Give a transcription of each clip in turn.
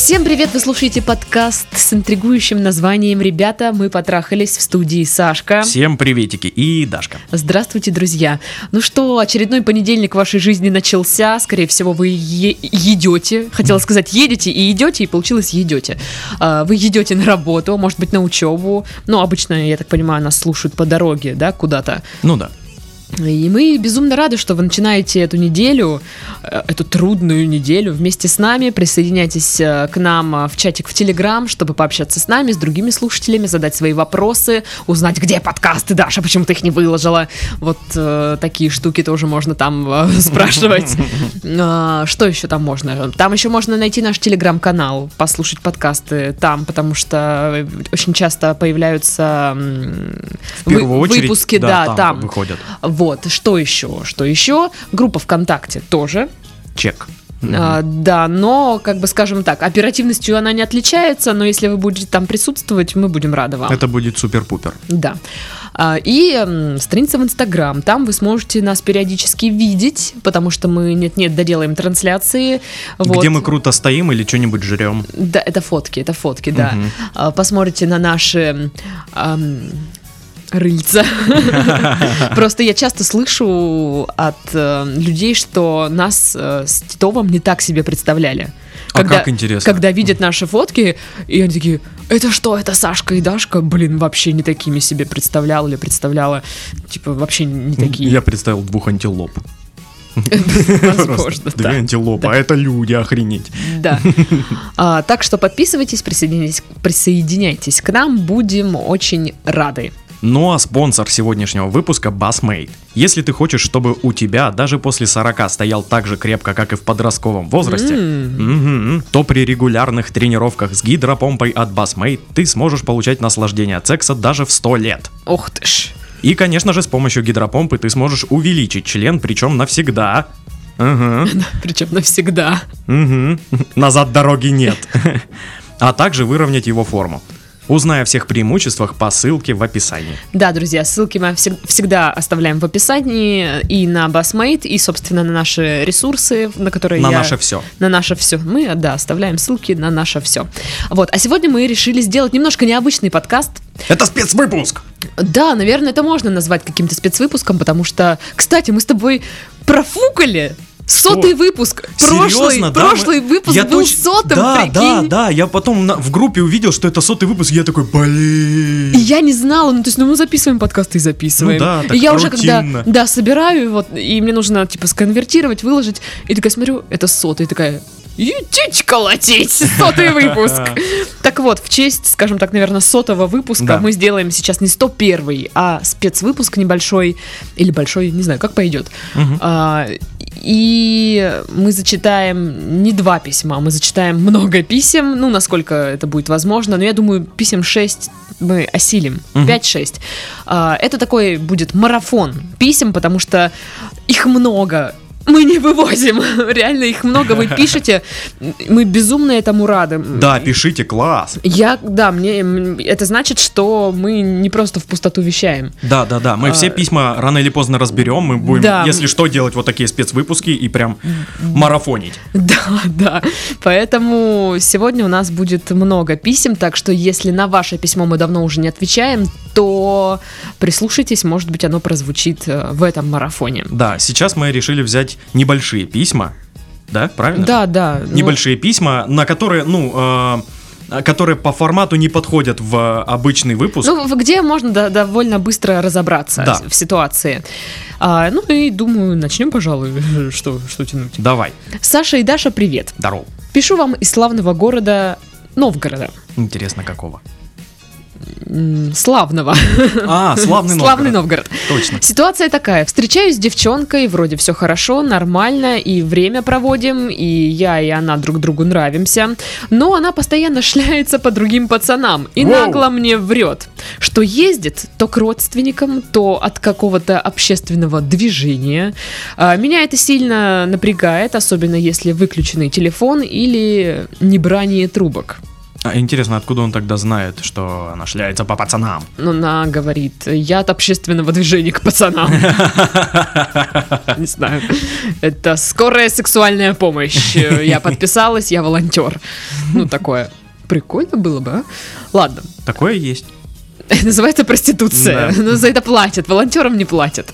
Всем привет! Вы слушаете подкаст с интригующим названием «Ребята, мы потрахались», в студии Сашка. Всем приветики и Дашка. Здравствуйте, друзья! Ну что, очередной понедельник в вашей жизни начался. Скорее всего, вы едете. Хотела сказать едете и идете, и получилось едете. Вы едете на работу, может быть, на учебу. Ну, обычно, я так понимаю, нас слушают по дороге, да, куда-то. Ну да. И мы безумно рады, что вы начинаете эту неделю, эту трудную неделю вместе с нами. Присоединяйтесь к нам в чатик в Телеграм, чтобы пообщаться с нами, с другими слушателями, задать свои вопросы, узнать, где подкасты, Даша, почему ты их не выложила. Вот такие штуки тоже можно там спрашивать. Что еще там можно? Там еще можно найти наш Телеграм-канал, послушать подкасты там, потому что очень часто появляются выпуски, да, там выходят. Вот, что еще? Группа ВКонтакте тоже. Чек. Да, но, как бы, скажем так, оперативностью она не отличается, но если вы будете там присутствовать, мы будем рады вам. Это будет супер-пупер. Да. И страница в Инстаграм. Там вы сможете нас периодически видеть, потому что мы нет-нет доделаем трансляции. Где мы круто стоим или что-нибудь жрем. Да, это фотки, да. Посмотрите на наши... рыльца. Просто я часто слышу от людей, что нас с Титовым не так себе представляли. Как интересно. Когда видят наши фотки, и они такие: это что, это Сашка и Дашка? Блин, вообще не такими себе представлял или представляла. Типа вообще не такие. Я представил двух антилоп. Возможно, две антилопы, а это люди, охренеть. Да. Так что подписывайтесь, присоединяйтесь к нам, будем очень рады. Ну а спонсор сегодняшнего выпуска Bassmate. Если ты хочешь, чтобы у тебя даже после 40 стоял так же крепко, как и в подростковом возрасте, то при регулярных тренировках с гидропомпой от Bassmate ты сможешь получать наслаждение от секса даже в 100 лет. Ох ты ж. И, конечно же, с помощью гидропомпы ты сможешь увеличить член, причем навсегда. Причем навсегда. Назад дороги нет. А также выровнять его форму. Узнай о всех преимуществах по ссылке в описании. Да, друзья, ссылки мы всегда оставляем в описании и на Bassmate, и, собственно, на наши ресурсы, на которые наше все. На наше все. Мы, да, оставляем ссылки на наше все. Вот, а сегодня мы решили сделать немножко необычный подкаст. Это спецвыпуск! Да, наверное, это можно назвать каким-то спецвыпуском, потому что, кстати, мы с тобой профукали 100-й выпуск. Серьезно, прошлый выпуск был 100-м, прикинь. Да, я потом в группе увидел, что это 100-й выпуск, и я такой, блин. И я не знала, то есть, мы записываем подкасты и записываем. Ну да, так и я рутинно. Уже когда, собираю, вот, и мне нужно, типа, сконвертировать, выложить, и такая смотрю, это 100-й, и такая... Идите колотить, 100-й выпуск. Так вот, в честь, скажем так, наверное, 100-го выпуска мы сделаем сейчас не 101-й, а спецвыпуск небольшой, или большой, не знаю, как пойдет. И мы зачитаем не 2 письма, мы зачитаем много писем, ну, насколько это будет возможно, но я думаю, писем 6 мы осилим, 5-6. Это такой будет марафон писем, потому что их много. Мы не вывозим, реально их много, вы пишете, мы безумно этому рады. Да, пишите, класс. Мне это значит, что мы не просто в пустоту вещаем. Да, мы все письма рано или поздно разберем, мы будем, если что, делать вот такие спецвыпуски и прям марафонить. Да, поэтому сегодня у нас будет много писем, так что если на ваше письмо мы давно уже не отвечаем, то прислушайтесь, может быть, оно прозвучит в этом марафоне. Да, сейчас мы решили взять небольшие письма, да, правильно? Да. Небольшие письма, на которые, которые по формату не подходят в обычный выпуск. Где можно довольно быстро разобраться в ситуации. И думаю, начнем, пожалуй, что тянуть. Давай. Саша и Даша, привет. Здорово. Пишу вам из славного города Новгорода. Интересно, какого? Славного. Славный Новгород. Точно. Ситуация такая. Встречаюсь с девчонкой, вроде все хорошо, нормально, и время проводим, и я, и она друг другу нравимся. Но она постоянно шляется по другим пацанам и нагло мне врет, что ездит то к родственникам, то от какого-то общественного движения. Меня это сильно напрягает, особенно если выключенный телефон или небрание трубок. А интересно, откуда он тогда знает, что она шляется по пацанам? Ну, она говорит, я от общественного движения к пацанам. Не знаю. Это скорая сексуальная помощь. Я подписалась, я волонтер. Ну, такое. Прикольно было бы, а? Ладно. Такое есть. Называется проституция. Но за это платят. Волонтерам не платят.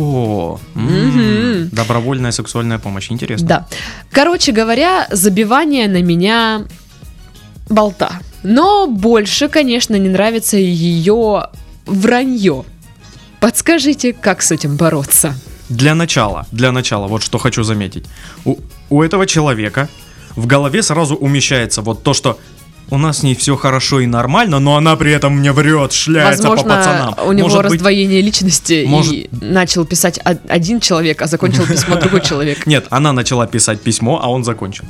Добровольная сексуальная помощь. Интересно. Да. Короче говоря, забивание на меня болта. Но больше, конечно, не нравится ее вранье. Подскажите, как с этим бороться? Для начала, вот что хочу заметить. У этого человека в голове сразу умещается вот то, что у нас с ней все хорошо и нормально, но она при этом мне врет, шляется по пацанам. Возможно, у него раздвоение личности, и начал писать один человек, а закончил письмо другой человек. Нет, она начала писать письмо, а он закончил.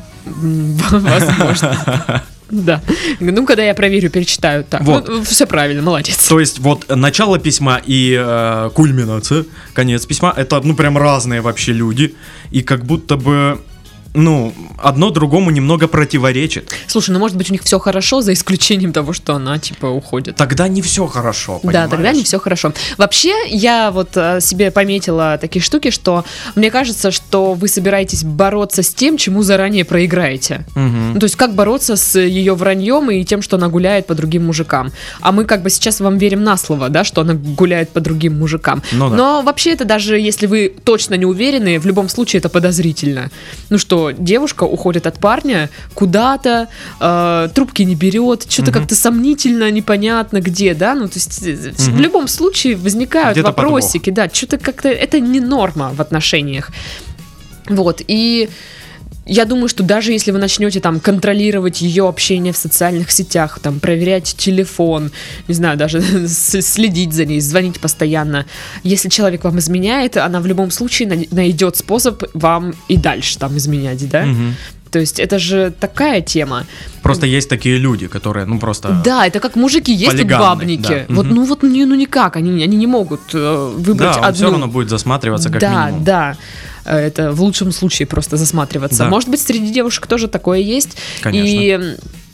Возможно. Да. Ну, когда я проверю, перечитаю. Так, вот. Ну, все правильно, молодец. То есть, вот начало письма и кульминация, конец письма, это, ну, прям разные вообще люди. И как будто бы, ну, одно другому немного противоречит. Слушай, ну, может быть, у них все хорошо, за исключением того, что она, типа, уходит. Тогда не все хорошо, понимаешь? Да, тогда не все хорошо. Вообще, я вот себе пометила такие штуки, что мне кажется, что вы собираетесь бороться с тем, чему заранее проиграете. Ну, то есть, как бороться с ее враньем и тем, что она гуляет по другим мужикам. А мы как бы сейчас вам верим на слово, да, что она гуляет по другим мужикам. Ну, да. Но вообще это даже если вы точно не уверены, в любом случае это подозрительно. Ну что, девушка уходит от парня куда-то, трубки не берет, что-то как-то сомнительно, непонятно где, да, ну то есть в любом случае возникают где-то вопросики, да, что-то как-то, это не норма в отношениях, вот, и я думаю, что даже если вы начнете там контролировать ее общение в социальных сетях, там проверять телефон, не знаю, даже следить за ней, звонить постоянно, если человек вам изменяет, она в любом случае найдет способ вам и дальше там изменять, да? То есть это же такая тема. Просто есть такие люди, которые, ну просто... Да, это как мужики есть тут бабники. Да. Вот, ну никак, они не могут выбрать одну. Да, он все равно будет засматриваться как минимум. Да. Это в лучшем случае просто засматриваться. Да. Может быть, среди девушек тоже такое есть. Конечно.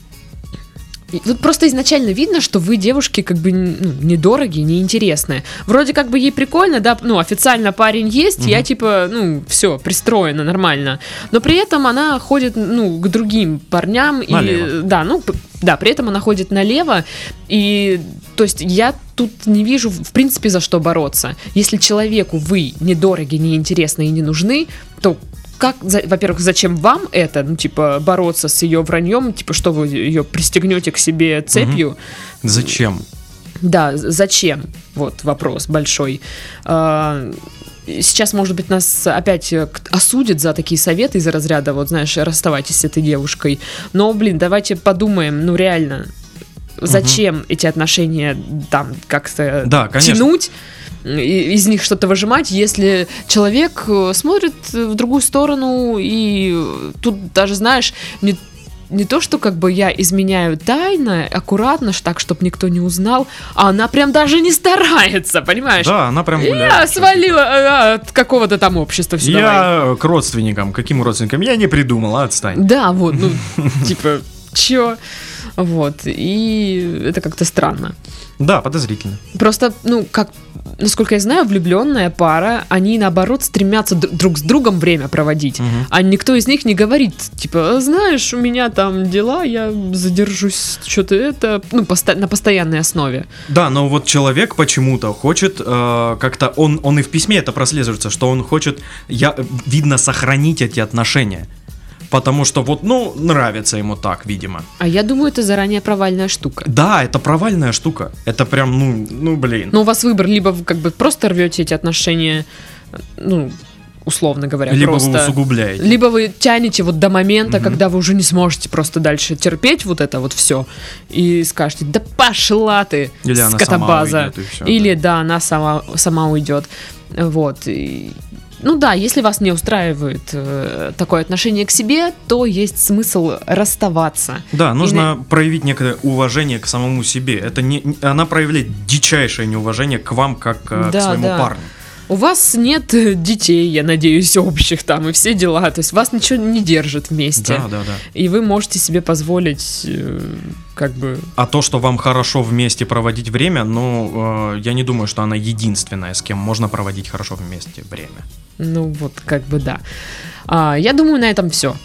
И вот просто изначально видно, что вы, девушки, как бы недорогие, неинтересные. Вроде как бы ей прикольно, да, ну, официально парень есть, я типа, ну, все, пристроена нормально. Но при этом она ходит, ну, к другим парням. Налево. Да, при этом она ходит налево. И, то есть, я тут не вижу, в принципе, за что бороться. Если человеку вы недороги, неинтересны и не нужны, то... во-первых, зачем вам это, ну, типа, бороться с ее враньем, типа, что вы ее пристегнете к себе цепью? Зачем? Да, зачем? Вот вопрос большой. Сейчас, может быть, нас опять осудят за такие советы из-за разряда, вот, знаешь, расставайтесь с этой девушкой. Но, блин, давайте подумаем, ну, реально, зачем эти отношения там как-то тянуть? Из них что-то выжимать, если человек смотрит в другую сторону, и тут даже, знаешь, не то, что как бы я изменяю тайно, аккуратно, так, чтобы никто не узнал, а она прям даже не старается, понимаешь? Да, она прям гуляет. Я свалила от какого-то там общества. Я к родственникам. Каким родственникам? Я не придумала, отстань. Да, вот, ну, типа, чё? Вот, и это как-то странно. Да, подозрительно. Просто, ну, как, насколько я знаю, влюбленная пара, они, наоборот, стремятся друг с другом время проводить, а никто из них не говорит, типа, знаешь, у меня там дела, я задержусь, что-то это, ну, на постоянной основе. Да, но вот человек почему-то хочет как-то, он и в письме это прослеживается, что он хочет, видно, сохранить эти отношения. Потому что вот, ну, нравится ему так, видимо. А я думаю, это заранее провальная штука. Да, это провальная штука. Это прям, ну, блин. Но у вас выбор, либо вы как бы просто рвете эти отношения, ну, условно говоря, либо просто. Либо вы усугубляете. Либо вы тянете вот до момента, когда вы уже не сможете просто дальше терпеть вот это вот все. И скажете, да пошла ты, или скотобаза. Она сама уйдет, и все, или да, она сама уйдет. Вот. Ну да, если вас не устраивает такое отношение к себе, то есть смысл расставаться. Да, нужно проявить некое уважение к самому себе. Это она проявляет дичайшее неуважение к вам, как к своему парню. У вас нет детей, я надеюсь, общих там и все дела. То есть вас ничего не держит вместе. Да. И вы можете себе позволить как бы... А то, что вам хорошо вместе проводить время, я не думаю, что она единственная, с кем можно проводить хорошо вместе время. Ну вот, как бы да. Я думаю, на этом все.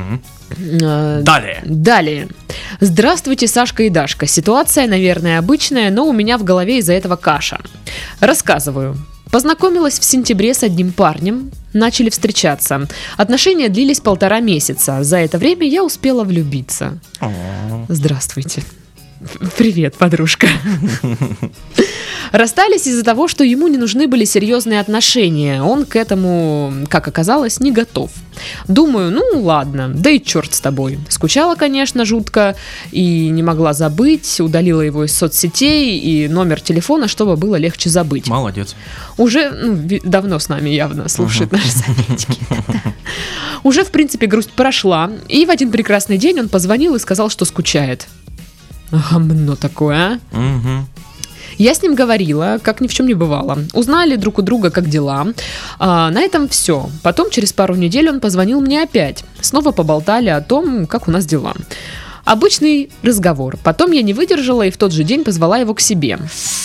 Далее. Здравствуйте, Сашка и Дашка. Ситуация, наверное, обычная, но у меня в голове из-за этого каша. Рассказываю. Познакомилась в сентябре с одним парнем, начали встречаться. Отношения длились 1,5 месяца. За это время я успела влюбиться. Здравствуйте. Привет, подружка. Расстались из-за того, что ему не нужны были серьезные отношения. Он к этому, как оказалось, не готов. Думаю, ну ладно, да и черт с тобой. Скучала, конечно, жутко и не могла забыть. Удалила его из соцсетей и номер телефона, чтобы было легче забыть. Молодец. Уже давно с нами явно слушает наши заметки. Уже, в принципе, грусть прошла. И в один прекрасный день он позвонил и сказал, что скучает. Гамно такое, а? Я с ним говорила, как ни в чем не бывало. Узнали друг у друга, как дела. На этом все. Потом, через пару недель, он позвонил мне опять. Снова поболтали о том, как у нас дела. Обычный разговор. Потом я не выдержала и в тот же день позвала его к себе.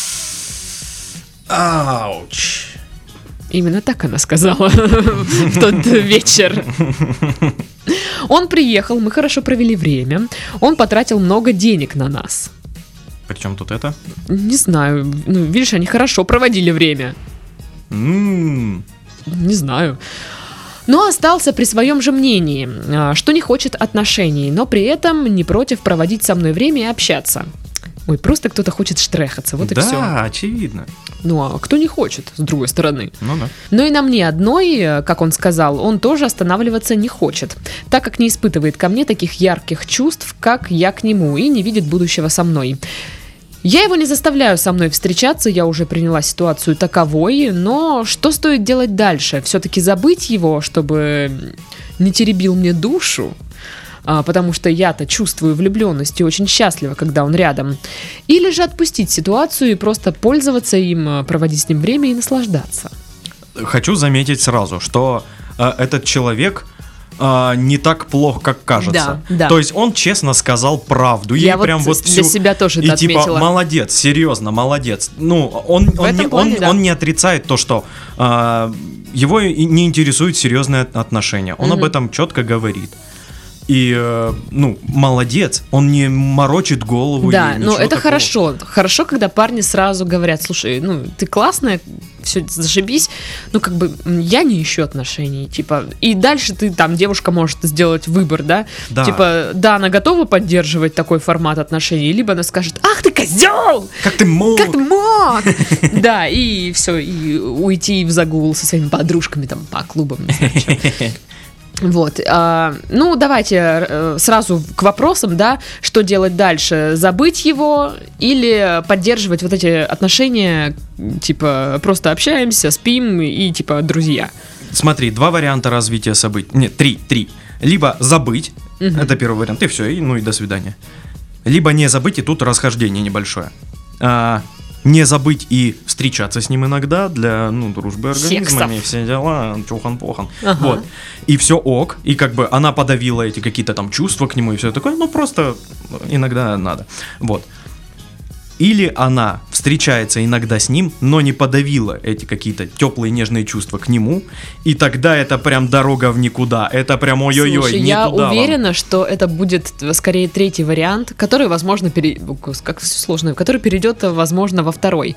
Ауч. Именно так она сказала в тот вечер. Он приехал, мы хорошо провели время. Он потратил много денег на нас. Причем тут это? Не знаю. Ну, видишь, они хорошо проводили время. Не знаю. Но остался при своем же мнении, что не хочет отношений, но при этом не против проводить со мной время и общаться. Ой, просто кто-то хочет штрехаться, вот и все. Да, очевидно. Ну, а кто не хочет, с другой стороны? Ну да. Но и на мне одной, как он сказал, он тоже останавливаться не хочет, так как не испытывает ко мне таких ярких чувств, как я к нему, и не видит будущего со мной. Я его не заставляю со мной встречаться, я уже приняла ситуацию таковой, но что стоит делать дальше? Все-таки забыть его, чтобы не теребил мне душу? Потому что я-то чувствую влюбленность и очень счастлива, когда он рядом. Или же отпустить ситуацию и просто пользоваться им, проводить с ним время и наслаждаться. Хочу заметить сразу, что этот человек не так плох, как кажется. Да. То есть он честно сказал правду. Я прям вот для себя тоже это отметила. И типа, молодец, серьезно, молодец. Ну, он не отрицает то, что его не интересуют серьезные отношения. Он об этом четко говорит. И, молодец, он не морочит голову. Да, но это такого. Хорошо. Хорошо, когда парни сразу говорят: слушай, ты классная, все, зашибись, я не ищу отношений, типа, и дальше девушка может сделать выбор, да? Типа, да, она готова поддерживать такой формат отношений, либо она скажет: ах ты козел! Как ты мог? Да, и все, и уйти в загул со своими подружками там по клубам, не знаю, что. Вот, давайте сразу к вопросам, да, что делать дальше, забыть его или поддерживать вот эти отношения, типа, просто общаемся, спим и, типа, друзья. Смотри, 2 варианта развития событий, нет, 3, либо забыть, это первый вариант, и все, и до свидания, либо не забыть, и тут расхождение небольшое. Не забыть и встречаться с ним иногда для, дружбы организмами, все дела, чухан-похан. Ага. Вот. И все ок, и как бы она подавила эти какие-то там чувства к нему и все такое, просто иногда надо. Вот. Или она встречается иногда с ним, но не подавила эти какие-то теплые нежные чувства к нему, и тогда это прям дорога в никуда, это прям ой-ой-ой. Слушай, не я туда уверена, вам. что это будет скорее 3-й вариант, который, возможно, как все сложно, который перейдет, возможно, во 2-й.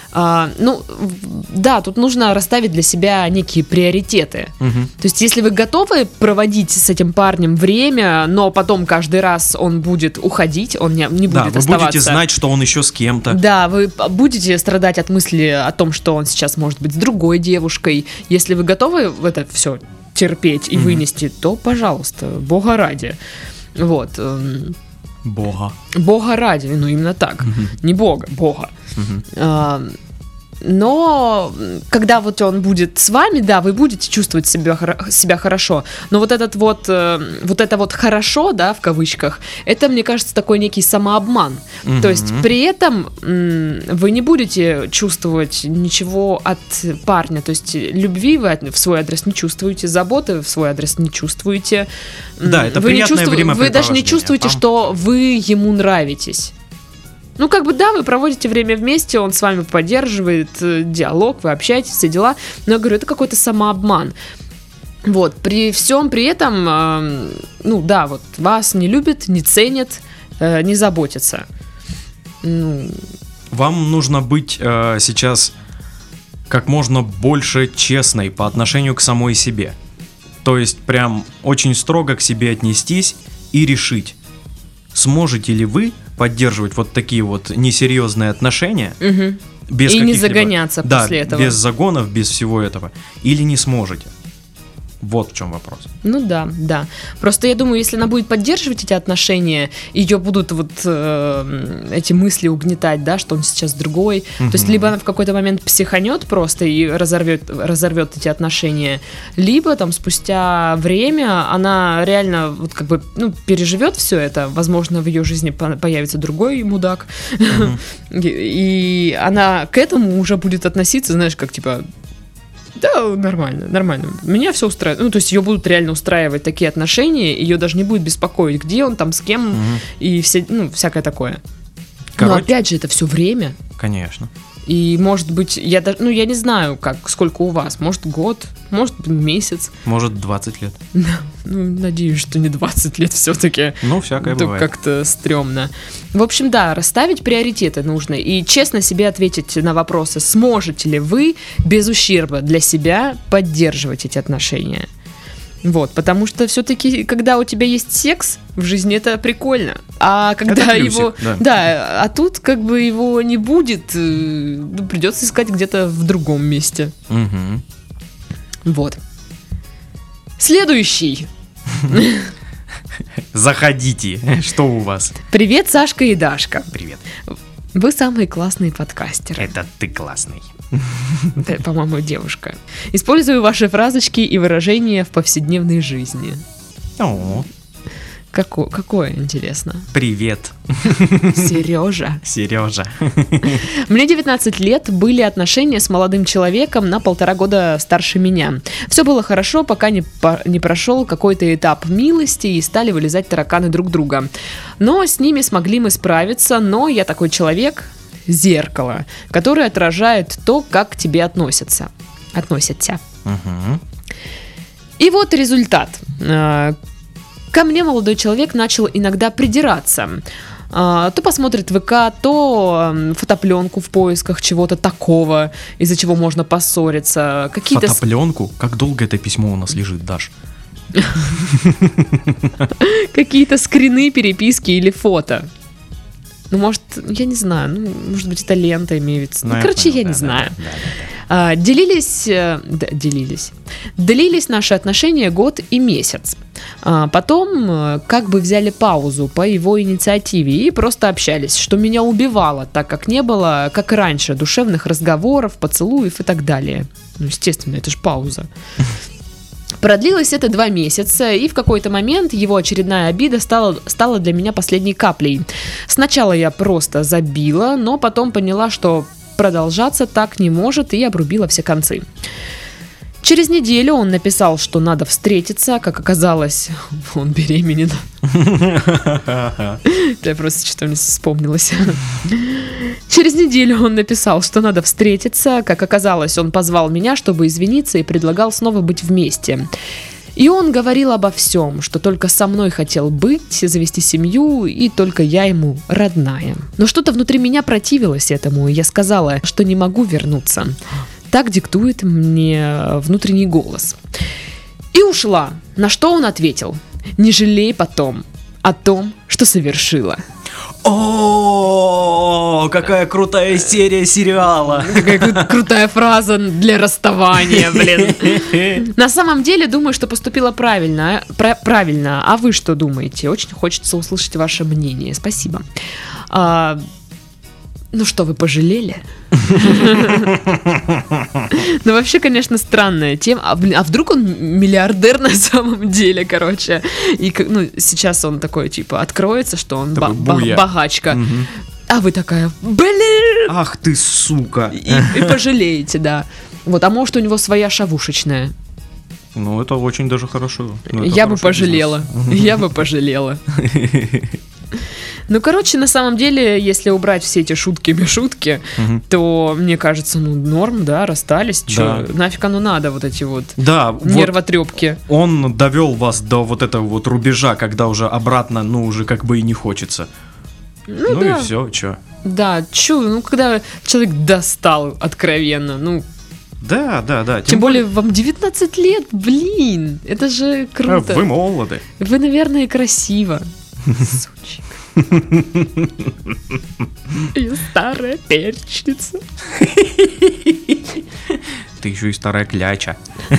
Да, тут нужно расставить для себя некие приоритеты. То есть, если вы готовы проводить с этим парнем время, но потом каждый раз он будет уходить, он не будет оставаться. Да, вы будете знать, что он еще с кем-то. Да, вы будете страдать от мысли о том, что он сейчас может быть с другой девушкой. Если вы готовы это все терпеть и вынести, то, пожалуйста, бога ради. Вот. Бога ради, именно так. Не бога, бога. Но когда вот он будет с вами, да, вы будете чувствовать себя хорошо. Но вот это вот хорошо, да, в кавычках, это, мне кажется, такой некий самообман. То есть при этом вы не будете чувствовать ничего от парня. То есть любви вы в свой адрес не чувствуете, заботы в свой адрес не чувствуете. Да, это приятное времяпрепровождение. Вы даже не чувствуете, что вы ему нравитесь. Ну, как бы, да, вы проводите время вместе, он с вами поддерживает диалог, вы общаетесь, все дела. Но я говорю, это какой-то самообман. Вот, при всем при этом, ну, да, вот, вас не любят, не ценят, не заботятся. Ну. Вам нужно быть сейчас как можно больше честной по отношению к самой себе. То есть, прям очень строго к себе отнестись и решить, сможете ли вы поддерживать вот такие вот несерьезные отношения, без и не загоняться после этого. Без загонов, без всего этого, или не сможете. Вот в чем вопрос. Ну да, да. Просто я думаю, если она будет поддерживать эти отношения, ее будут вот эти мысли угнетать, да, что он сейчас другой. То есть либо она в какой-то момент психанет просто и разорвет эти отношения, либо там спустя время она реально вот как бы, ну, переживет все это. Возможно, в ее жизни появится другой мудак. И она к этому уже будет относиться, знаешь, как типа... Да, нормально. Меня все устраивает. Ну, то есть ее будут реально устраивать такие отношения, ее даже не будет беспокоить, где он там, с кем, и все, ну, всякое такое. Но опять же, это все время. Конечно. И может быть, я не знаю, сколько у вас. Может, год, может, месяц. Может, 20 лет. Да, ну, надеюсь, что не 20 лет все-таки. Ну, всякое бывает. Как-то стрёмно. В общем, да, расставить приоритеты нужно. И честно себе ответить на вопросы, сможете ли вы без ущерба для себя поддерживать эти отношения. Вот, потому что все-таки, когда у тебя есть секс в жизни, это прикольно. А когда его... Да, а тут как бы его не будет, придется искать где-то в другом месте. Вот. Следующий. Заходите. Что у вас? Привет, Сашка и Дашка. Привет. Вы самые классные подкастеры. Это ты классный. Да, по-моему, девушка. Использую ваши фразочки и выражения в повседневной жизни. О. Какое, интересно? Привет. Сережа. Мне 19 лет, были отношения с молодым человеком на 1,5 года старше меня. Все было хорошо, пока не прошел какой-то этап милости и стали вылезать тараканы друг друга. Но с ними смогли мы справиться, но я такой человек, зеркало, которое отражает то, как к тебе относятся. И вот результат. Ко мне молодой человек начал иногда придираться. То посмотрит ВК, то фотопленку в поисках чего-то такого, из-за чего можно поссориться. Фотопленку? Как долго это письмо у нас лежит, Даш? Какие-то скрины, переписки или фото. Ну, может, я не знаю, может быть, это лента имеется. Я не знаю. Длились наши отношения год и месяц. Потом как бы взяли паузу по его инициативе и просто общались, что меня убивало, так как не было, как и раньше, душевных разговоров, поцелуев и так далее. Ну, естественно, это же пауза. Продлилось это 2 месяца, и в какой-то момент его очередная обида стала для меня последней каплей. Сначала я просто забила, но потом поняла, что продолжаться так не может, и обрубила все концы. Через неделю он написал, что надо встретиться, как оказалось, он беременен. Я просто что-то мне вспомнилось. Через неделю он написал, что надо встретиться, как оказалось, он позвал меня, чтобы извиниться, и предлагал снова быть вместе. И он говорил обо всем, что только со мной хотел быть, завести семью, и только я ему родная. Но что-то внутри меня противилось этому, и я сказала, что не могу вернуться. Так диктует мне внутренний голос. И ушла, на что он ответил: не жалей потом о том, что совершила. О, какая крутая серия сериала. Какая крутая фраза для расставания, блин. На самом деле, думаю, что поступила правильно. А вы что думаете? Очень хочется услышать ваше мнение. Спасибо. Ну что, вы пожалели? Ну, вообще, конечно, странная тема. А вдруг он миллиардер на самом деле, короче? И сейчас он такой, типа, откроется, что он богачка. А вы такая, блин! Ах ты, сука! И пожалеете, да. Вот, а может, у него своя шавушечная. Ну, это очень даже хорошо. Я бы пожалела. Я бы пожалела. Ну, короче, на самом деле, если убрать все эти шутки-мешутки, то, мне кажется, норм, да, расстались. Чё, нафиг оно надо, вот эти вот нервотрепки. Вот он довел вас до вот этого вот рубежа, когда уже обратно, уже как бы и не хочется. Ну да. И все, чё. Да, когда человек достал откровенно, Да. Тем более вам 19 лет, блин, это же круто. Вы молоды. Вы, наверное, красиво. Сучик. Я старая перечница. Ты еще и старая кляча.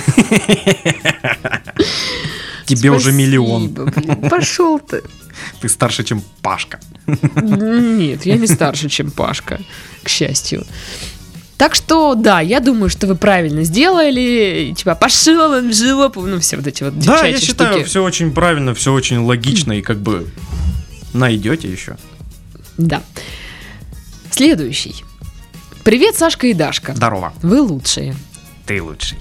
Тебе уже миллион. Пошел ты. Ты старше, чем Пашка. Нет, я не старше, чем Пашка, к счастью. Так что, да, я думаю, что вы правильно сделали. Типа, пошел он в жопу. Все вот эти вот девчачьи штуки. Да, я считаю, все очень правильно, все очень логично. И как бы найдете еще. Да. Следующий. Привет, Сашка и Дашка. Здорово. Вы лучшие. Ты лучший.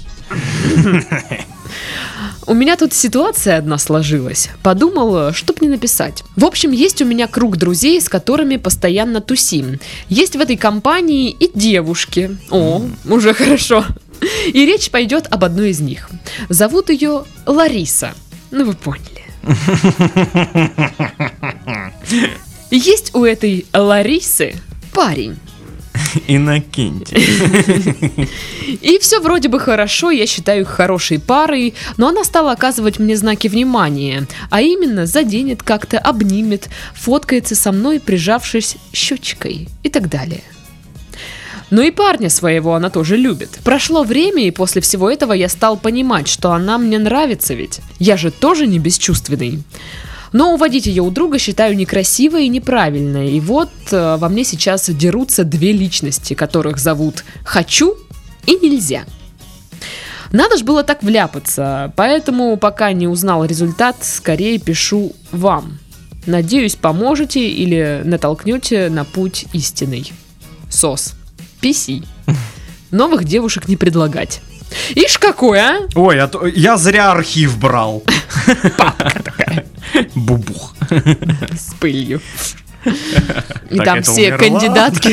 У меня тут ситуация одна сложилась. Подумала, что б не написать. В общем, есть у меня круг друзей, с которыми постоянно тусим. Есть в этой компании и девушки. О, уже хорошо. И речь пойдет об одной из них. Зовут ее Лариса. Ну, вы поняли. Есть у этой Ларисы парень. Иннокентий. И все вроде бы хорошо, я считаю их хорошей парой, но она стала оказывать мне знаки внимания, а именно заденет как-то, обнимет, фоткается со мной, прижавшись щечкой и так далее. Но и парня своего она тоже любит. Прошло время, и после всего этого я стал понимать, что она мне нравится ведь. Я же тоже не бесчувственный. Но уводить ее у друга считаю некрасиво и неправильно. И вот во мне сейчас дерутся две личности, которых зовут «хочу» и «нельзя». Надо ж было так вляпаться, поэтому пока не узнал результат, скорее пишу вам. Надеюсь, поможете или натолкнете на путь истинный. СОС. PC. Новых девушек не предлагать. Ишь какой, а? Ой, я зря архив брал. Папка такая. Бубух. С пылью. И там все кандидатки.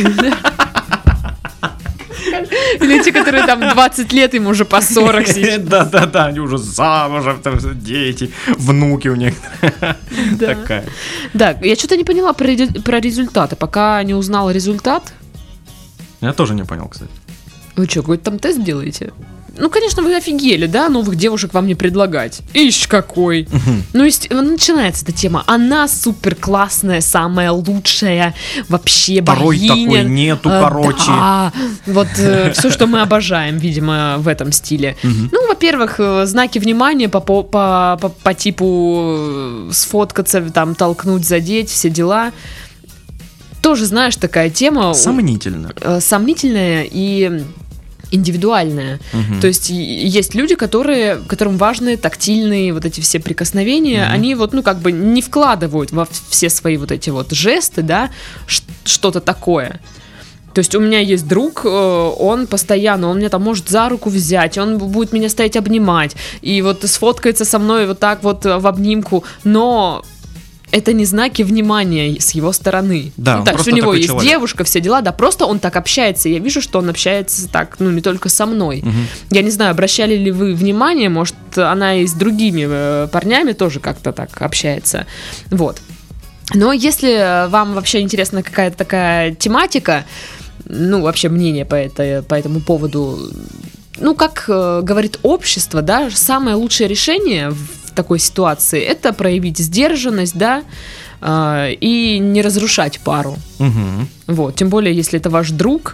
Или те, которые там 20 лет, им уже по 40 сейчас. Да, они уже замужем, там дети, внуки у них. Такая. Да, я что-то не поняла про результаты. Пока не узнала результат. Я тоже не понял, кстати. Вы что, какой-то там тест делаете? Ну, конечно, вы офигели, да, новых девушек вам не предлагать. Ишь какой. Ну, начинается эта тема. Она супер классная, самая лучшая, вообще порой богиня. Такой нету, короче. Да, вот все, что мы обожаем, видимо, в этом стиле. Ну, во-первых, знаки внимания по типу сфоткаться, там, толкнуть, задеть, все дела. Тоже, знаешь, такая тема. Сомнительная и индивидуальная. То есть есть люди, которым важны тактильные вот эти все прикосновения, они вот, как бы не вкладывают во все свои вот эти вот жесты, да, что-то такое. То есть у меня есть друг, он постоянно, он меня там может за руку взять, он будет меня стоять обнимать, и вот сфоткается со мной вот так вот в обнимку, но это не знаки внимания с его стороны. Да, то есть у него есть человек. девушка, все дела, да, просто он так общается. Я вижу, что он общается так, не только со мной. Я не знаю, обращали ли вы внимание, может, она и с другими парнями тоже как-то так общается. Вот. Но если вам вообще интересна какая-то такая тематика, вообще мнение по этому поводу, как говорит общество, да, самое лучшее решение в такой ситуации — это проявить сдержанность, да, и не разрушать пару. Вот, тем более, если это ваш друг,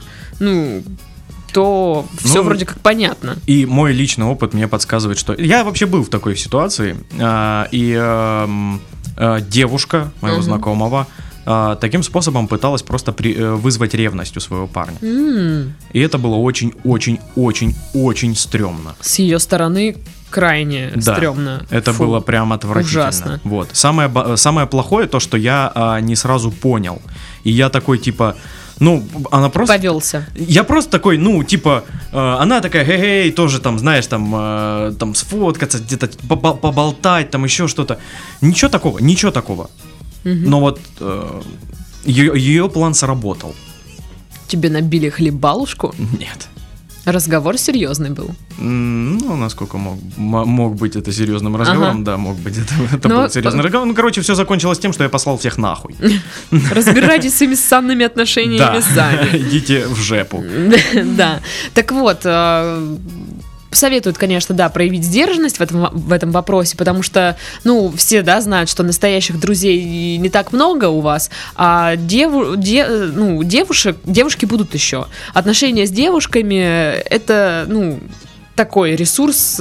то все вроде как понятно. И мой личный опыт мне подсказывает, что я вообще был в такой ситуации, и девушка моего знакомого таким способом пыталась просто вызвать ревность у своего парня. И это было очень-очень-очень-очень стрёмно. С ее стороны крайне стрёмно. Это было прям отвратительно. Ужасно. Вот. Самое плохое то, что я не сразу понял. И я такой, типа... Ну, она просто... Повелся. Я просто такой, ну, типа, она такая, гей, тоже там, знаешь, там сфоткаться, где-то поболтать, там еще что-то. Ничего такого. Но вот ее план сработал. Тебе набили хлебалушку? Нет. Разговор серьезный был. Ну, насколько мог быть это серьезным разговором, да, мог быть это был серьезный разговор. Ну, короче, все закончилось тем, что я послал всех нахуй. Разбирайтесь с своими санными отношениями сами. Идите в жепу. Да. Так вот, советуют, конечно, да, проявить сдержанность в этом вопросе, потому что, ну, все, да, знают, что настоящих друзей не так много у вас, а девушки будут еще. Отношения с девушками — это, ну, такой ресурс,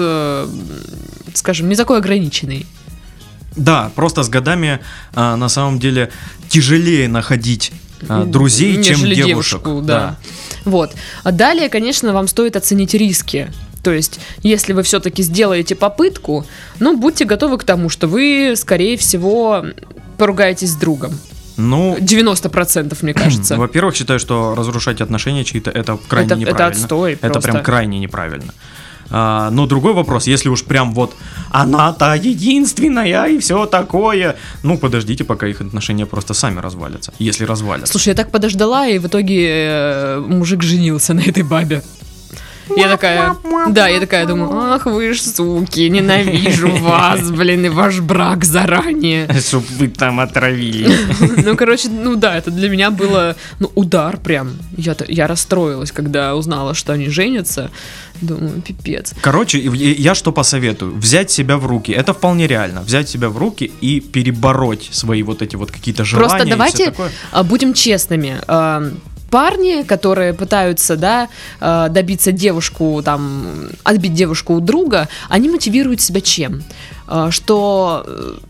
скажем, не такой ограниченный. Да, просто с годами на самом деле тяжелее находить друзей, чем девушек. Девушку, да. Вот. А далее, конечно, вам стоит оценить риски. То есть, если вы все-таки сделаете попытку, ну, будьте готовы к тому, что вы, скорее всего, поругаетесь с другом. Ну, 90%, мне кажется. Во-первых, считаю, что разрушать отношения чьи-то это крайне неправильно. Это отстой просто. Это прям крайне неправильно. Но другой вопрос, если уж прям вот она-то единственная и все такое, ну, подождите, пока их отношения просто сами развалятся, если развалятся. Слушай, я так подождала, и в итоге мужик женился на этой бабе. Я такая думаю, ах вы ж суки, ненавижу вас, блин, и ваш брак заранее. Чтоб вы там отравили. Ну, короче, ну да, это для меня было, ну, удар прям. Я расстроилась, когда узнала, что они женятся. Думаю, пипец. Короче, я что посоветую? Взять себя в руки. Это вполне реально. Взять себя в руки и перебороть свои вот эти вот какие-то желания. Просто давайте будем честными. Парни, которые пытаются, да, добиться девушку, там, отбить девушку у друга, они мотивируют себя чем? Что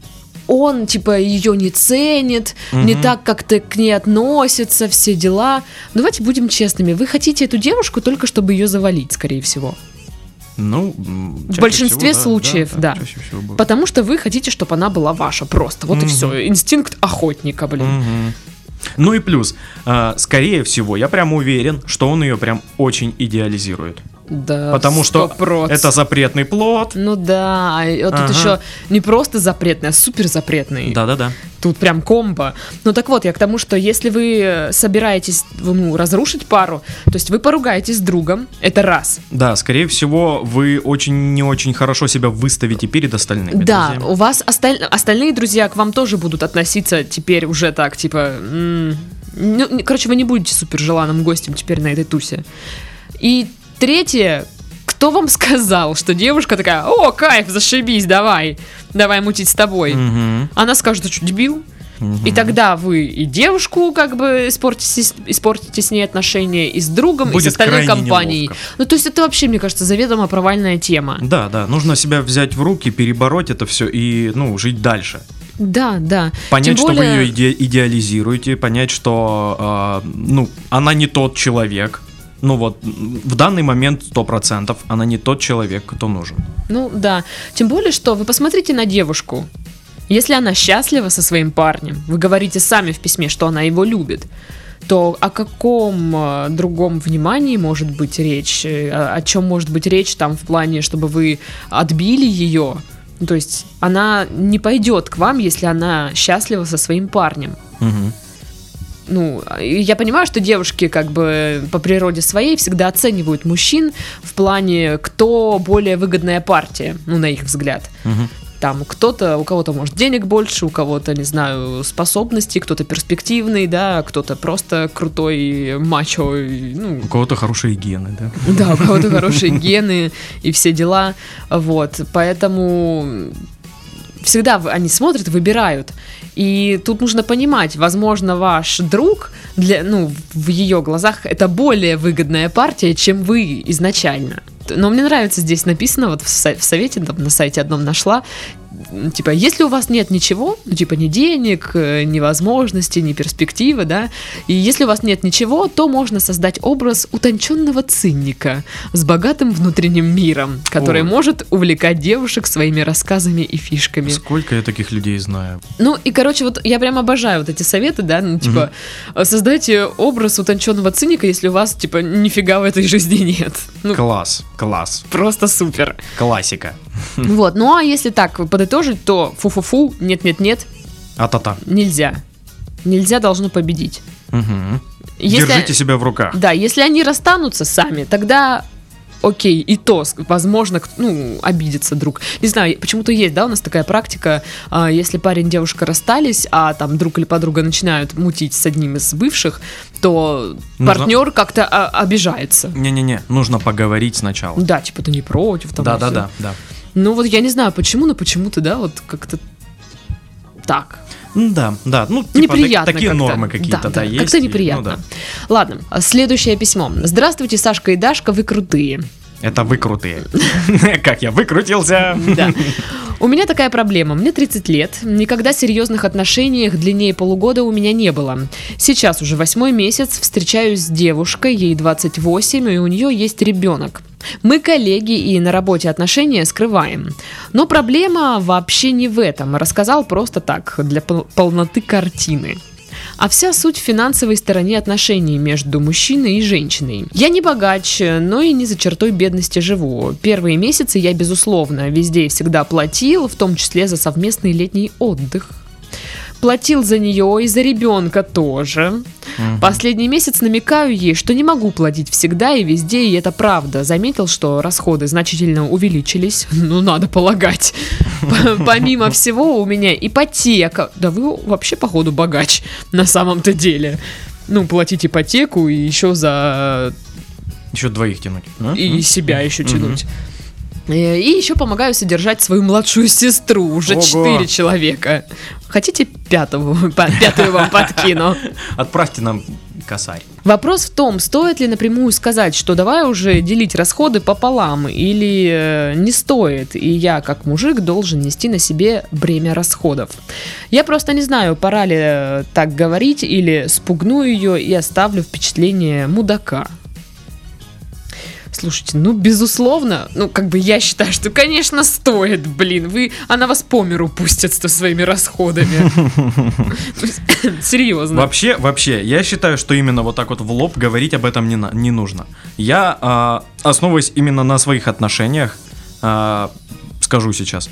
он, типа, ее не ценит, не так как-то к ней относится, все дела. Давайте будем честными. Вы хотите эту девушку только чтобы ее завалить, скорее всего. Ну, в большинстве случаев, да. Потому что вы хотите, чтобы она была ваша просто. Вот и все. Инстинкт охотника, блин. Ну и плюс, скорее всего, я прям уверен, что он ее прям очень идеализирует. Да, потому что это запретный плод. Ну да, а тут еще не просто запретный, а супер запретный. Да-да-да. Тут прям комбо. Ну так вот, я к тому, что если вы собираетесь разрушить пару, то есть вы поругаетесь с другом, это раз. Да, скорее всего, вы не очень хорошо себя выставите перед остальными. Да, друзьями. У вас остальные друзья к вам тоже будут относиться теперь уже так, типа, короче, вы не будете супер желанным гостем теперь на этой тусе. И третье, кто вам сказал, что девушка такая, о, кайф, зашибись, давай мутить с тобой. Она скажет, ты что, дебил? И тогда вы и девушку как бы испортите с ней отношения, и с другом, будет и с остальной компанией. Неловко. Ну, то есть это вообще, мне кажется, заведомо провальная тема. Да, нужно себя взять в руки, перебороть это все и, жить дальше. Да. Понять, что вы ее идеализируете, понять, что, она не тот человек. Ну вот, в данный момент 100% она не тот человек, кто нужен. Ну да, тем более, что вы посмотрите на девушку. Если она счастлива со своим парнем, вы говорите сами в письме, что она его любит, то о каком другом внимании может быть речь? О чем может быть речь там в плане, чтобы вы отбили ее? То есть она не пойдет к вам, если она счастлива со своим парнем. Я понимаю, что девушки как бы по природе своей всегда оценивают мужчин в плане, кто более выгодная партия, на их взгляд. Там у кого-то может денег больше, у кого-то, не знаю, способностей, кто-то перспективный, да, кто-то просто крутой мачо. У кого-то хорошие гены, да? Да, у кого-то хорошие гены и все дела, вот, поэтому всегда они смотрят, выбирают. И тут нужно понимать, возможно, ваш друг в ее глазах это более выгодная партия, чем вы изначально. Но мне нравится, здесь написано, вот в совете, там, на сайте одном нашла, типа, если у вас нет ничего, ну, типа, ни денег, ни возможностей, ни перспективы, да, и если у вас нет ничего, то можно создать образ утонченного циника с богатым внутренним миром, который может увлекать девушек своими рассказами и фишками. Сколько я таких людей знаю. Ну, и, короче, вот я прям обожаю вот эти советы, да, ну, типа, создайте образ утонченного циника, если у вас, типа, нифига в этой жизни нет. Ну, класс. просто супер. Классика. Вот, ну, а если так подытожить, то фу-фу-фу, нет-нет-нет, А-та-та. нельзя. Нельзя должно победить. Угу. Если- Держите себя в руках. Да, если они расстанутся сами, тогда окей, и то, возможно, ну, обидится друг. Не знаю, почему-то есть, да, у нас такая практика, если парень и девушка расстались, а там друг или подруга начинают мутить с одним из бывших, то партнер как-то обижается. Не-не-не, нужно поговорить сначала. Да, типа, ты не против, там, и всё. Да. Ну, вот я не знаю, почему, но почему-то, да, вот как-то так. Да, ну, типа, Неприятно такие как-то. нормы какие-то, да, есть. Как-то и, неприятно. ну, да. Ладно, следующее письмо. Здравствуйте, Сашка и Дашка, вы крутые. Это вы крутые. Как я выкрутился. Да. У меня такая проблема. Мне 30 лет. Никогда серьезных отношениях длиннее полугода у меня не было. Сейчас уже 8-й месяц. Встречаюсь с девушкой, ей 28, и у нее есть ребенок. Мы коллеги и на работе отношения скрываем. Но проблема вообще не в этом. Рассказал просто так, для полноты картины. А вся суть в финансовой стороне отношений между мужчиной и женщиной. Я не богач, но и не за чертой бедности живу. Первые месяцы я, безусловно, везде и всегда платил, в том числе за совместный летний отдых. Платил за нее и за ребенка тоже. Последний месяц намекаю ей, что не могу платить всегда и везде, и это правда. Заметил, что расходы значительно увеличились. Ну, надо полагать. Помимо всего, у меня ипотека. Да вы вообще, походу, богач на самом-то деле. Ну, платить ипотеку и еще за... Еще двоих тянуть. И себя еще тянуть. И еще помогаю содержать свою младшую сестру. Уже 4 человека. Хотите пятую вам подкину? Отправьте нам косарь. Вопрос в том, стоит ли напрямую сказать, что давай уже делить расходы пополам, или не стоит, и я, как мужик, должен нести на себе бремя расходов. Я просто не знаю, пора ли так говорить, или спугну ее и оставлю впечатление мудака. Слушайте, ну, безусловно, ну, как бы я считаю, что, конечно, стоит, блин, она вас по миру пустит со своими расходами. Серьезно. Вообще, я считаю, что именно вот так вот в лоб говорить об этом не нужно. Я, основываясь именно на своих отношениях, скажу сейчас,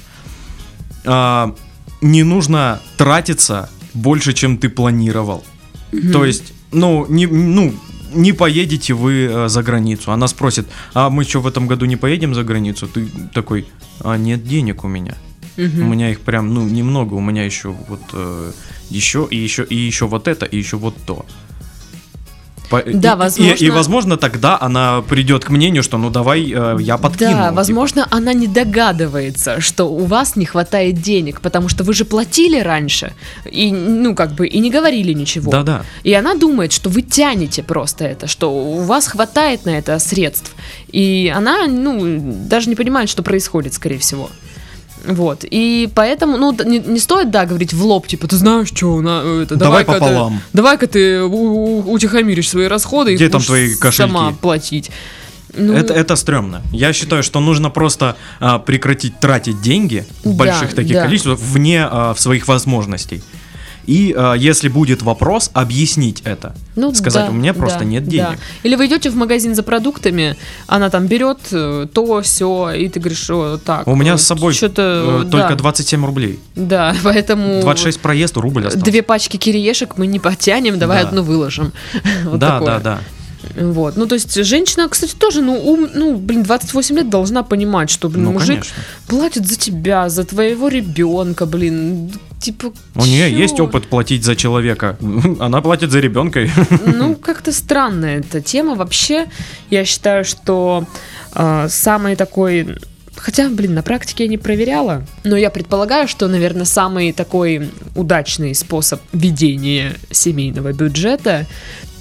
не нужно тратиться больше, чем ты планировал. То есть, не поедете вы за границу. Она спросит, а мы что, в этом году не поедем за границу? Ты такой, нет денег у меня. У меня их прям, немного. У меня еще вот еще вот это, и еще вот то. Да, возможно. И, возможно, тогда она придет к мнению, что давай я подкину. Да, возможно, она не догадывается, что у вас не хватает денег, потому что вы же платили раньше, и, и не говорили ничего. Да. И она думает, что вы тянете просто это, что у вас хватает на это средств. И она, даже не понимает, что происходит, скорее всего. Вот, и поэтому, не стоит, говорить в лоб, типа, ты знаешь, что, давай пополам. Давай-ка ты утихомиришь свои расходы. Где и там твои кошельки? Сама платить. Это стрёмно. Я считаю, что нужно просто прекратить тратить деньги в больших таких количествах вне своих возможностей. И если будет вопрос, объяснить это. Сказать, у меня просто нет денег. Да. Или вы идете в магазин за продуктами, она там берет то, сё, и ты говоришь, так. У меня с собой только 27 рублей. Да, поэтому... 26 проезд, рубль остался. 2 пачки кириешек мы не потянем, давай одну выложим. Да. Вот, то есть женщина, кстати, тоже, 28 лет должна понимать, что, мужик конечно. платит за тебя, за твоего ребенка, типа. У нее есть опыт платить за человека, она платит за ребенка. Как-то странная эта тема. Вообще, я считаю, что самый такой... Хотя, на практике я не проверяла, но я предполагаю, что, наверное, самый такой удачный способ ведения семейного бюджета —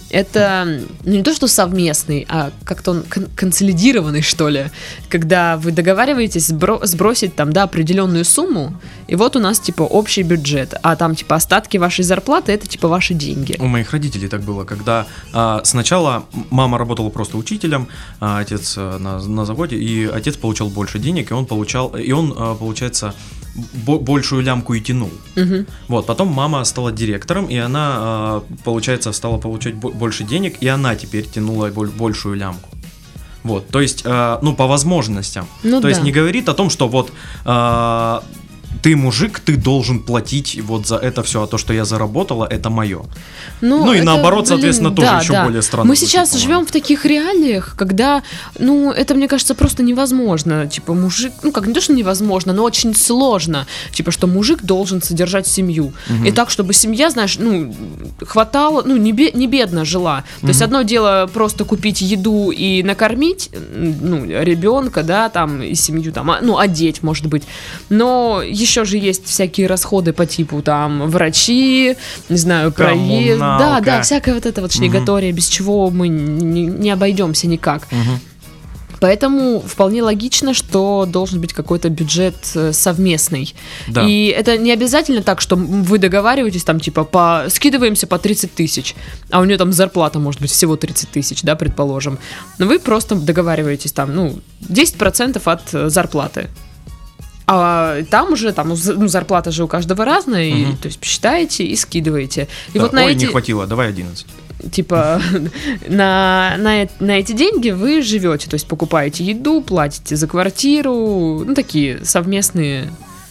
это не то, что совместный, а как-то он консолидированный, что ли. Когда вы договариваетесь сбросить там, да, определенную сумму, и вот у нас, типа, общий бюджет, а там, типа, остатки вашей зарплаты, это, типа, ваши деньги. У моих родителей так было, когда сначала мама работала просто учителем, а отец на заводе, и отец получал больше денег, и он, получается, большую лямку и тянул. Вот, потом мама стала директором, и она, получается, стала получать больше денег, и она теперь тянула большую лямку. Вот, то есть, по возможностям. То есть не говорит о том, что вот ты мужик, ты должен платить вот за это все, а то, что я заработала, это мое. Ну и это, наоборот, соответственно, тоже еще более странно. Мы сейчас живем в таких реалиях, когда, это, мне кажется, просто невозможно. Типа, мужик, как не то, что невозможно, но очень сложно. Типа, что мужик должен содержать семью. И так, чтобы семья, знаешь, хватало, не бедно жила. То есть одно дело просто купить еду и накормить, ребенка, да, там, и семью, там, одеть, может быть. Но еще же есть всякие расходы по типу там врачи, не знаю, проезд, да, всякое вот это вот шнегатория, без чего мы не обойдемся никак. Поэтому вполне логично, что должен быть какой-то бюджет совместный. Да. И это не обязательно так, что вы договариваетесь там типа скидываемся по 30 тысяч, а у нее там зарплата может быть всего 30 тысяч, да, предположим. Но вы просто договариваетесь там, 10% от зарплаты. А там уже, зарплата же у каждого разная, и, то есть посчитаете и скидываете. И да, вот не хватило, давай 11. Типа, на эти деньги вы живете, то есть покупаете еду, платите за квартиру, такие совместные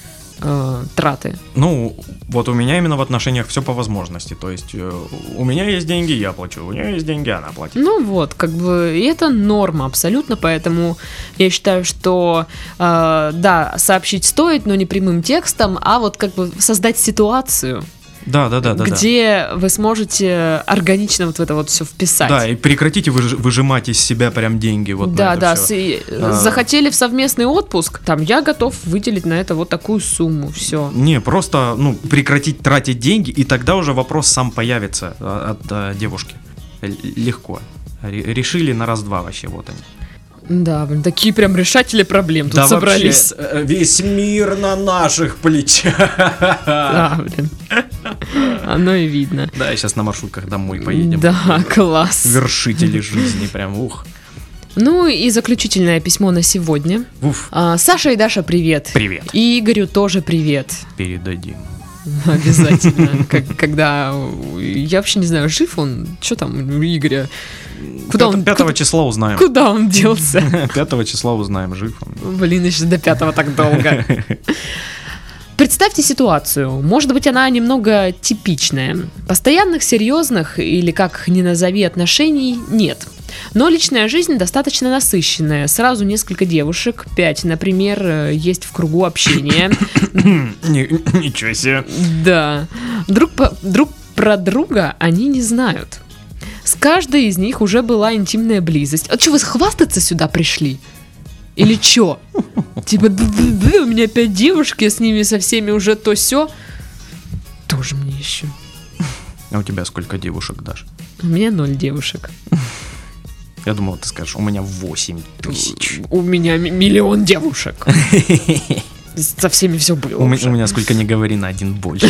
траты. Вот у меня именно в отношениях все по возможности, то есть у меня есть деньги, я плачу, у нее есть деньги, она платит. И это норма абсолютно, поэтому я считаю, что сообщить стоит, но не прямым текстом, а вот как бы создать ситуацию. Где вы сможете органично вот в это вот все вписать. Да, и прекратите выжимать из себя прям деньги. Вот захотели в совместный отпуск, там я готов выделить на это вот такую сумму, все. Не, просто прекратить тратить деньги, и тогда уже вопрос сам появится от девушки. Легко. Решили на раз-два вообще, вот они. Да, такие прям решатели проблем тут собрались. Вообще, весь мир на наших плечах. Да, оно и видно. Да, сейчас на маршрутках домой поедем. Да, класс. Вершители жизни, прям ух. И заключительное письмо на сегодня. Саша и Даша, привет. Привет. И Игорю тоже привет. Передадим. Обязательно. Когда я вообще не знаю, жив он, что там у Игоря. 5 числа узнаем. Куда он делся? 5 числа узнаем, жив он. Блин, еще до 5 так долго. Представьте ситуацию, может быть, она немного типичная. Постоянных, серьезных или как ни назови отношений нет. Но личная жизнь достаточно насыщенная. Сразу несколько девушек, 5, например, есть в кругу общения. Ничего себе. Да. Друг про друга они не знают. С каждой из них уже была интимная близость. А что, вы хвастаться сюда пришли? Или чё? Типа, у меня 5 девушек, я с ними со всеми уже то сё. Тоже мне еще. А у тебя сколько девушек, Даш? У меня 0 девушек. Я думал, ты скажешь, у меня 8 тысяч. У меня 1 миллион девушек. Со всеми все было. У меня сколько не говори, на 1 больше.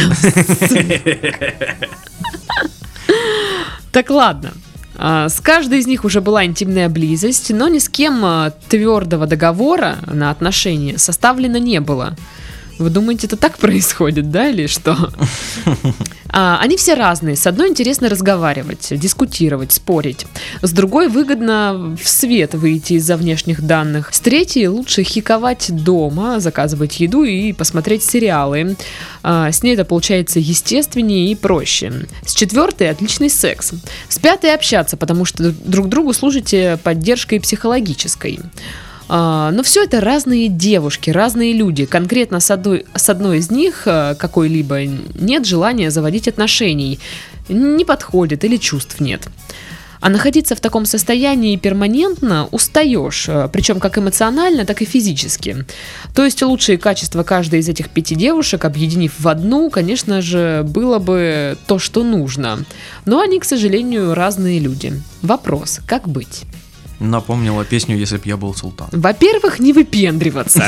Так ладно. С каждой из них уже была интимная близость, но ни с кем твердого договора на отношения составлено не было. Вы думаете, это так происходит, да, или что? Они все разные. С одной интересно разговаривать, дискутировать, спорить. С другой выгодно в свет выйти из-за внешних данных. С третьей лучше хиковать дома, заказывать еду и посмотреть сериалы. С ней это получается естественнее и проще. С четвертой отличный секс. С пятой общаться, потому что друг другу служите поддержкой психологической. Но все это разные девушки, разные люди. Конкретно с одной из них какой-либо нет желания заводить отношений. Не подходит или чувств нет. А находиться в таком состоянии перманентно устаешь, причем как эмоционально, так и физически. То есть лучшие качества каждой из этих 5 девушек, объединив в одну, конечно же, было бы то, что нужно. Но они, к сожалению, разные люди. Вопрос, как быть? Напомнила песню «Если б я был султан». Во-первых, не выпендриваться.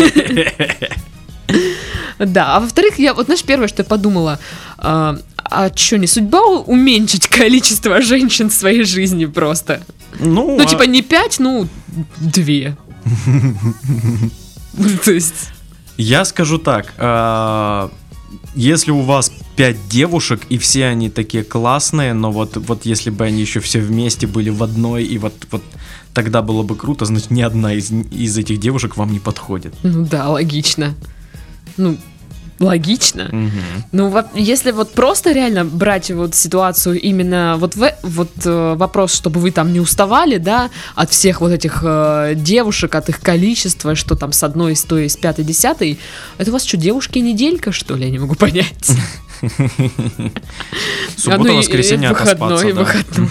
Да, а во-вторых, я вот, знаешь, первое, что я подумала, а что, не судьба уменьшить количество женщин в своей жизни просто? Ну, типа не 5, 2. То есть... Я скажу так, если у вас 5 девушек, и все они такие классные, но вот если бы они еще все вместе были в одной, и вот тогда было бы круто, значит, ни одна из этих девушек вам не подходит. Ну да, логично. Логично. Угу. Ну, если вот просто реально брать вот ситуацию именно вопрос, чтобы вы там не уставали, да, от всех вот этих девушек, от их количества, что там с одной, с той, с 5-й, 10-й, это у вас что, девушки-неделька, что ли? Я не могу понять. Суббота, воскресенье, отоспаться, да.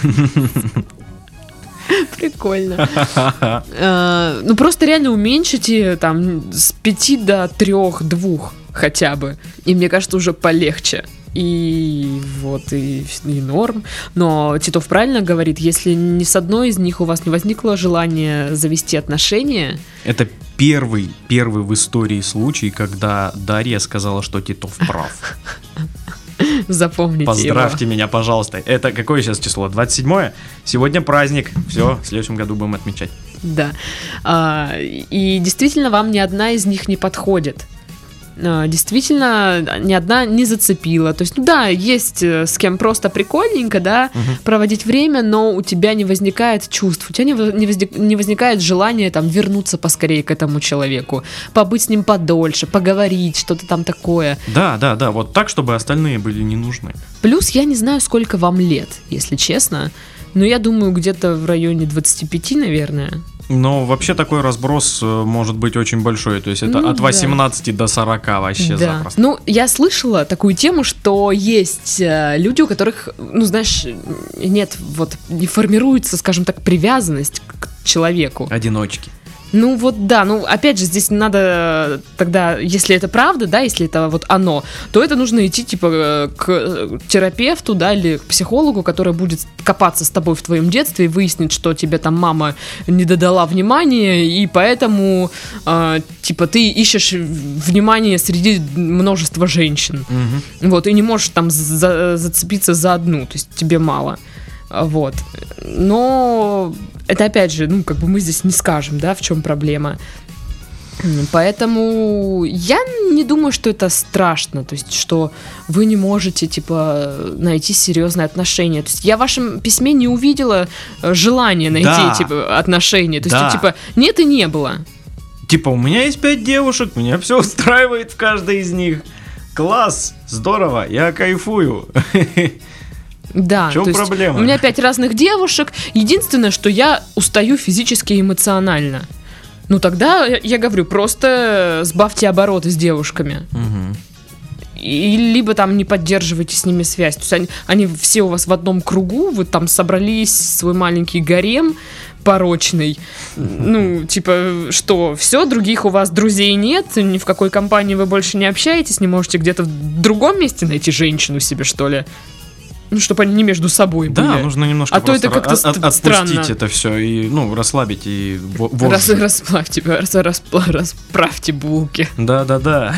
Прикольно. Ну, просто реально уменьшите там с 5 до 3, 2 хотя бы. И мне кажется, уже полегче. И вот, и норм. Но Титов правильно говорит, если ни с одной из них у вас не возникло желания завести отношения... Это первый в истории случай, когда Дарья сказала, что Титов прав. Запомните Поздравьте его. Меня, пожалуйста. Это какое сейчас число? 27-е? Сегодня праздник. Все, в следующем году будем отмечать. Да. И действительно, вам ни одна из них не подходит. Действительно, ни одна не зацепила. То есть, ну да, есть с кем просто прикольненько, да, проводить время, но у тебя не возникает чувств, у тебя не возникает желания там вернуться поскорее к этому человеку, побыть с ним подольше, поговорить, что-то там такое. Да, вот так, чтобы остальные были не нужны. Плюс я не знаю, сколько вам лет, если честно, но я думаю, где-то в районе 25, наверное. Но вообще такой разброс может быть очень большой. То есть это от 18 до 40 вообще запросто. Ну, я слышала такую тему, что есть люди, у которых, ну, знаешь, не формируется, скажем так, привязанность к человеку. Одиночки. Ну вот да, ну опять же здесь надо тогда, если это правда, да, если это вот оно, то это нужно идти типа к терапевту, да, или к психологу, который будет копаться с тобой в твоем детстве и выяснить, что тебе там мама не додала внимания, и поэтому типа ты ищешь внимание среди множества женщин, вот, и не можешь там зацепиться за одну, то есть тебе мало. Вот. Но это опять же, ну, как бы мы здесь не скажем, да, в чем проблема. Поэтому я не думаю, что это страшно. То есть, что вы не можете, типа, найти серьезные отношения. То есть, я в вашем письме не увидела желания найти, типа, отношения. То есть, типа, нет и не было. Типа, у меня есть 5 девушек, меня все устраивает в каждой из них. Класс, здорово, я кайфую. Да, в чем проблема? У меня 5 разных девушек. Единственное, что я устаю физически и эмоционально. Ну тогда, я говорю, просто сбавьте обороты с девушками. И либо там не поддерживайте с ними связь. То есть они все у вас в одном кругу, вы там собрались, свой маленький гарем порочный. Ну, типа, что, все, других у вас друзей нет, ни в какой компании вы больше не общаетесь, не можете где-то в другом месте найти женщину себе, что ли? Ну, чтобы они не между собой были. Да, нужно немножко просто это как-то отпустить это все и, ну, расслабить и расправьте булки. Да.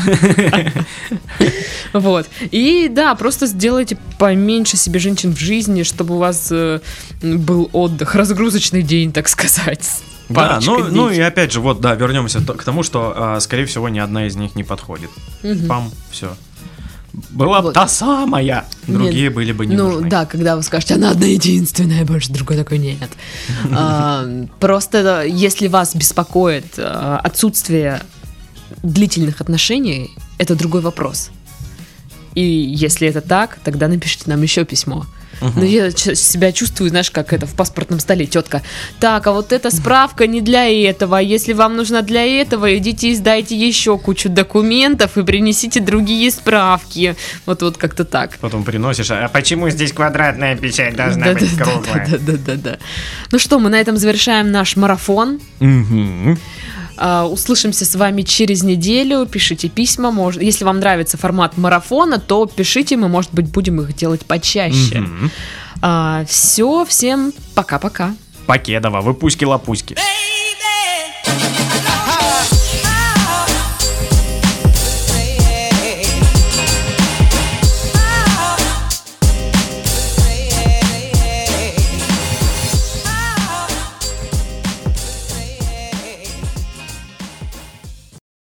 Вот. И да, просто сделайте поменьше себе женщин в жизни, чтобы у вас был отдых, разгрузочный день, так сказать. Да, ну и опять же, вот, да, вернемся к тому, что, скорее всего, ни одна из них не подходит. Пам, все. Была бы та самая, другие были бы не нужны. Ну да, когда вы скажете, она одна единственная, больше другой такой нет. Просто если вас беспокоит отсутствие длительных отношений, это другой вопрос. И если это так, тогда напишите нам еще письмо. Но я себя чувствую, знаешь, как это в паспортном столе тетка. Так, а вот эта справка не для этого. Если вам нужна для этого, идите и сдайте еще кучу документов и принесите другие справки. Вот как-то так. Потом приносишь, а почему здесь квадратная печать должна быть круглая? Да. Ну что, мы на этом завершаем наш марафон. Услышимся с вами через неделю. Пишите письма. Если вам нравится формат марафона, то пишите, мы, может быть, будем их делать почаще. Все, всем пока-пока. Покедова, выпуски-лопуськи.